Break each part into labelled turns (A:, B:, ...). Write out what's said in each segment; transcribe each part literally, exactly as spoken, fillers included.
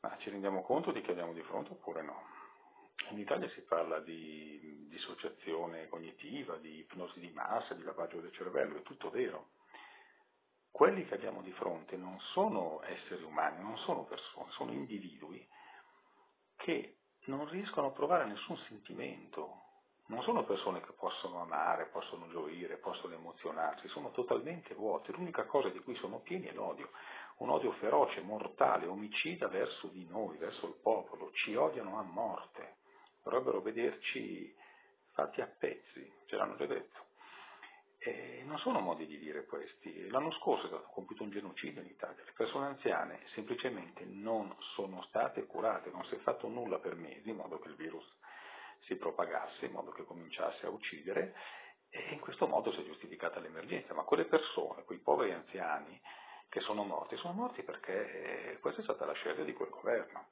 A: Ma ci rendiamo conto di che abbiamo di fronte oppure no? In Italia si parla di dissociazione cognitiva, di ipnosi di massa, di lavaggio del cervello, è tutto vero. Quelli che abbiamo di fronte non sono esseri umani, non sono persone, sono individui che non riescono a provare nessun sentimento. Non sono persone che possono amare, possono gioire, possono emozionarsi, sono totalmente vuoti. L'unica cosa di cui sono pieni è l'odio. Un odio feroce, mortale, omicida verso di noi, verso il popolo. Ci odiano a morte. Dovrebbero vederci fatti a pezzi, ce l'hanno già detto. E non sono modi di dire questi. L'anno scorso è stato compiuto un genocidio in Italia. Le persone anziane semplicemente non sono state curate, non si è fatto nulla per mesi in modo che il virus si propagasse, in modo che cominciasse a uccidere, e in questo modo si è giustificata l'emergenza. Ma quelle persone, quei poveri anziani che sono morti, sono morti perché questa è stata la scelta di quel governo.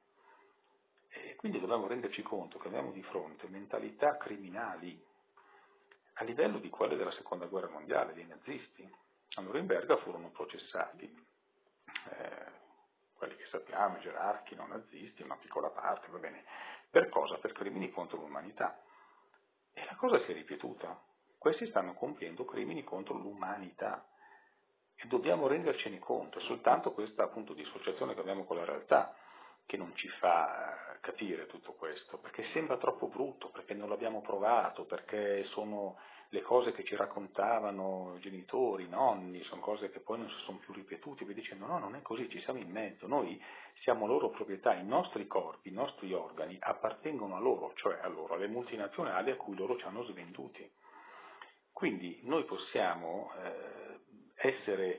A: E quindi dobbiamo renderci conto che abbiamo di fronte mentalità criminali a livello di quelle della seconda guerra mondiale, dei nazisti. A Norimberga furono processati eh, quelli che sappiamo, i gerarchi non nazisti, una piccola parte, va bene, per cosa? Per crimini contro l'umanità. E la cosa si è ripetuta. Questi stanno compiendo crimini contro l'umanità e dobbiamo rendercene conto. È soltanto questa appunto dissociazione che abbiamo con la realtà che non ci fa capire tutto questo, perché sembra troppo brutto, perché non l'abbiamo provato, perché sono le cose che ci raccontavano i genitori, i nonni, sono cose che poi non si sono più ripetute, vi dicendo no, non è così, ci siamo in mezzo, noi siamo loro proprietà, i nostri corpi, i nostri organi appartengono a loro, cioè a loro, alle multinazionali a cui loro ci hanno svenduti. Quindi noi possiamo eh, essere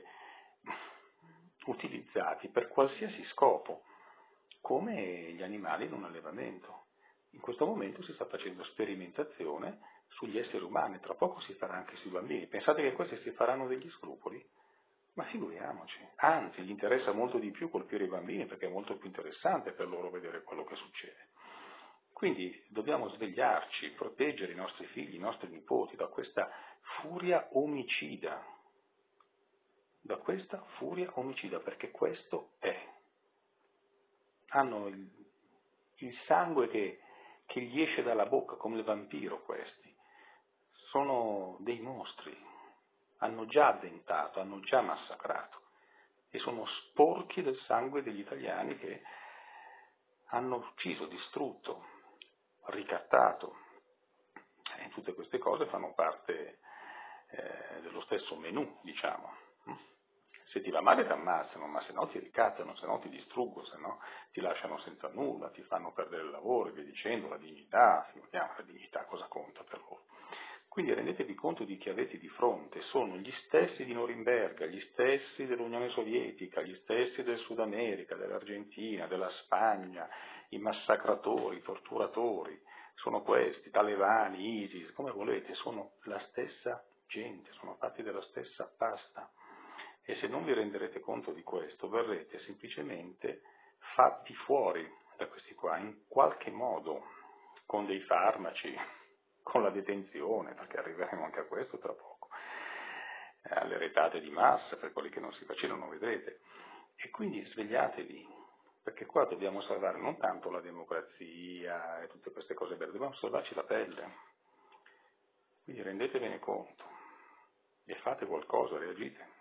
A: utilizzati per qualsiasi scopo, come gli animali in un allevamento. In questo momento si sta facendo sperimentazione sugli esseri umani, tra poco si farà anche sui bambini. Pensate che questi si faranno degli scrupoli? Ma figuriamoci, anzi gli interessa molto di più colpire i bambini perché è molto più interessante per loro vedere quello che succede. Quindi dobbiamo svegliarci, proteggere i nostri figli, i nostri nipoti da questa furia omicida, da questa furia omicida, perché questo è. Hanno il, il sangue che, che gli esce dalla bocca come il vampiro questi. Sono dei mostri, hanno già addentato, hanno già massacrato e sono sporchi del sangue degli italiani che hanno ucciso, distrutto, ricattato. E tutte queste cose fanno parte eh, dello stesso menù, diciamo. Se ti va male ti ammazzano, ma se no ti ricattano, se no ti distruggono, se no ti lasciano senza nulla, ti fanno perdere il lavoro e via dicendo, la dignità, figuriamo la dignità cosa conta per loro. Quindi rendetevi conto di chi avete di fronte, sono gli stessi di Norimberga, gli stessi dell'Unione Sovietica, gli stessi del Sud America, dell'Argentina, della Spagna, i massacratori, i torturatori, sono questi, talebani, ISIS, come volete, sono la stessa gente, sono fatti della stessa pasta. E se non vi renderete conto di questo, verrete semplicemente fatti fuori da questi qua, in qualche modo, con dei farmaci, con la detenzione, perché arriveremo anche a questo tra poco, alle retate di massa, per quelli che non si vaccinano, vedrete. E quindi svegliatevi, perché qua dobbiamo salvare non tanto la democrazia e tutte queste cose belle, dobbiamo salvarci la pelle. Quindi rendetevene conto e fate qualcosa, reagite.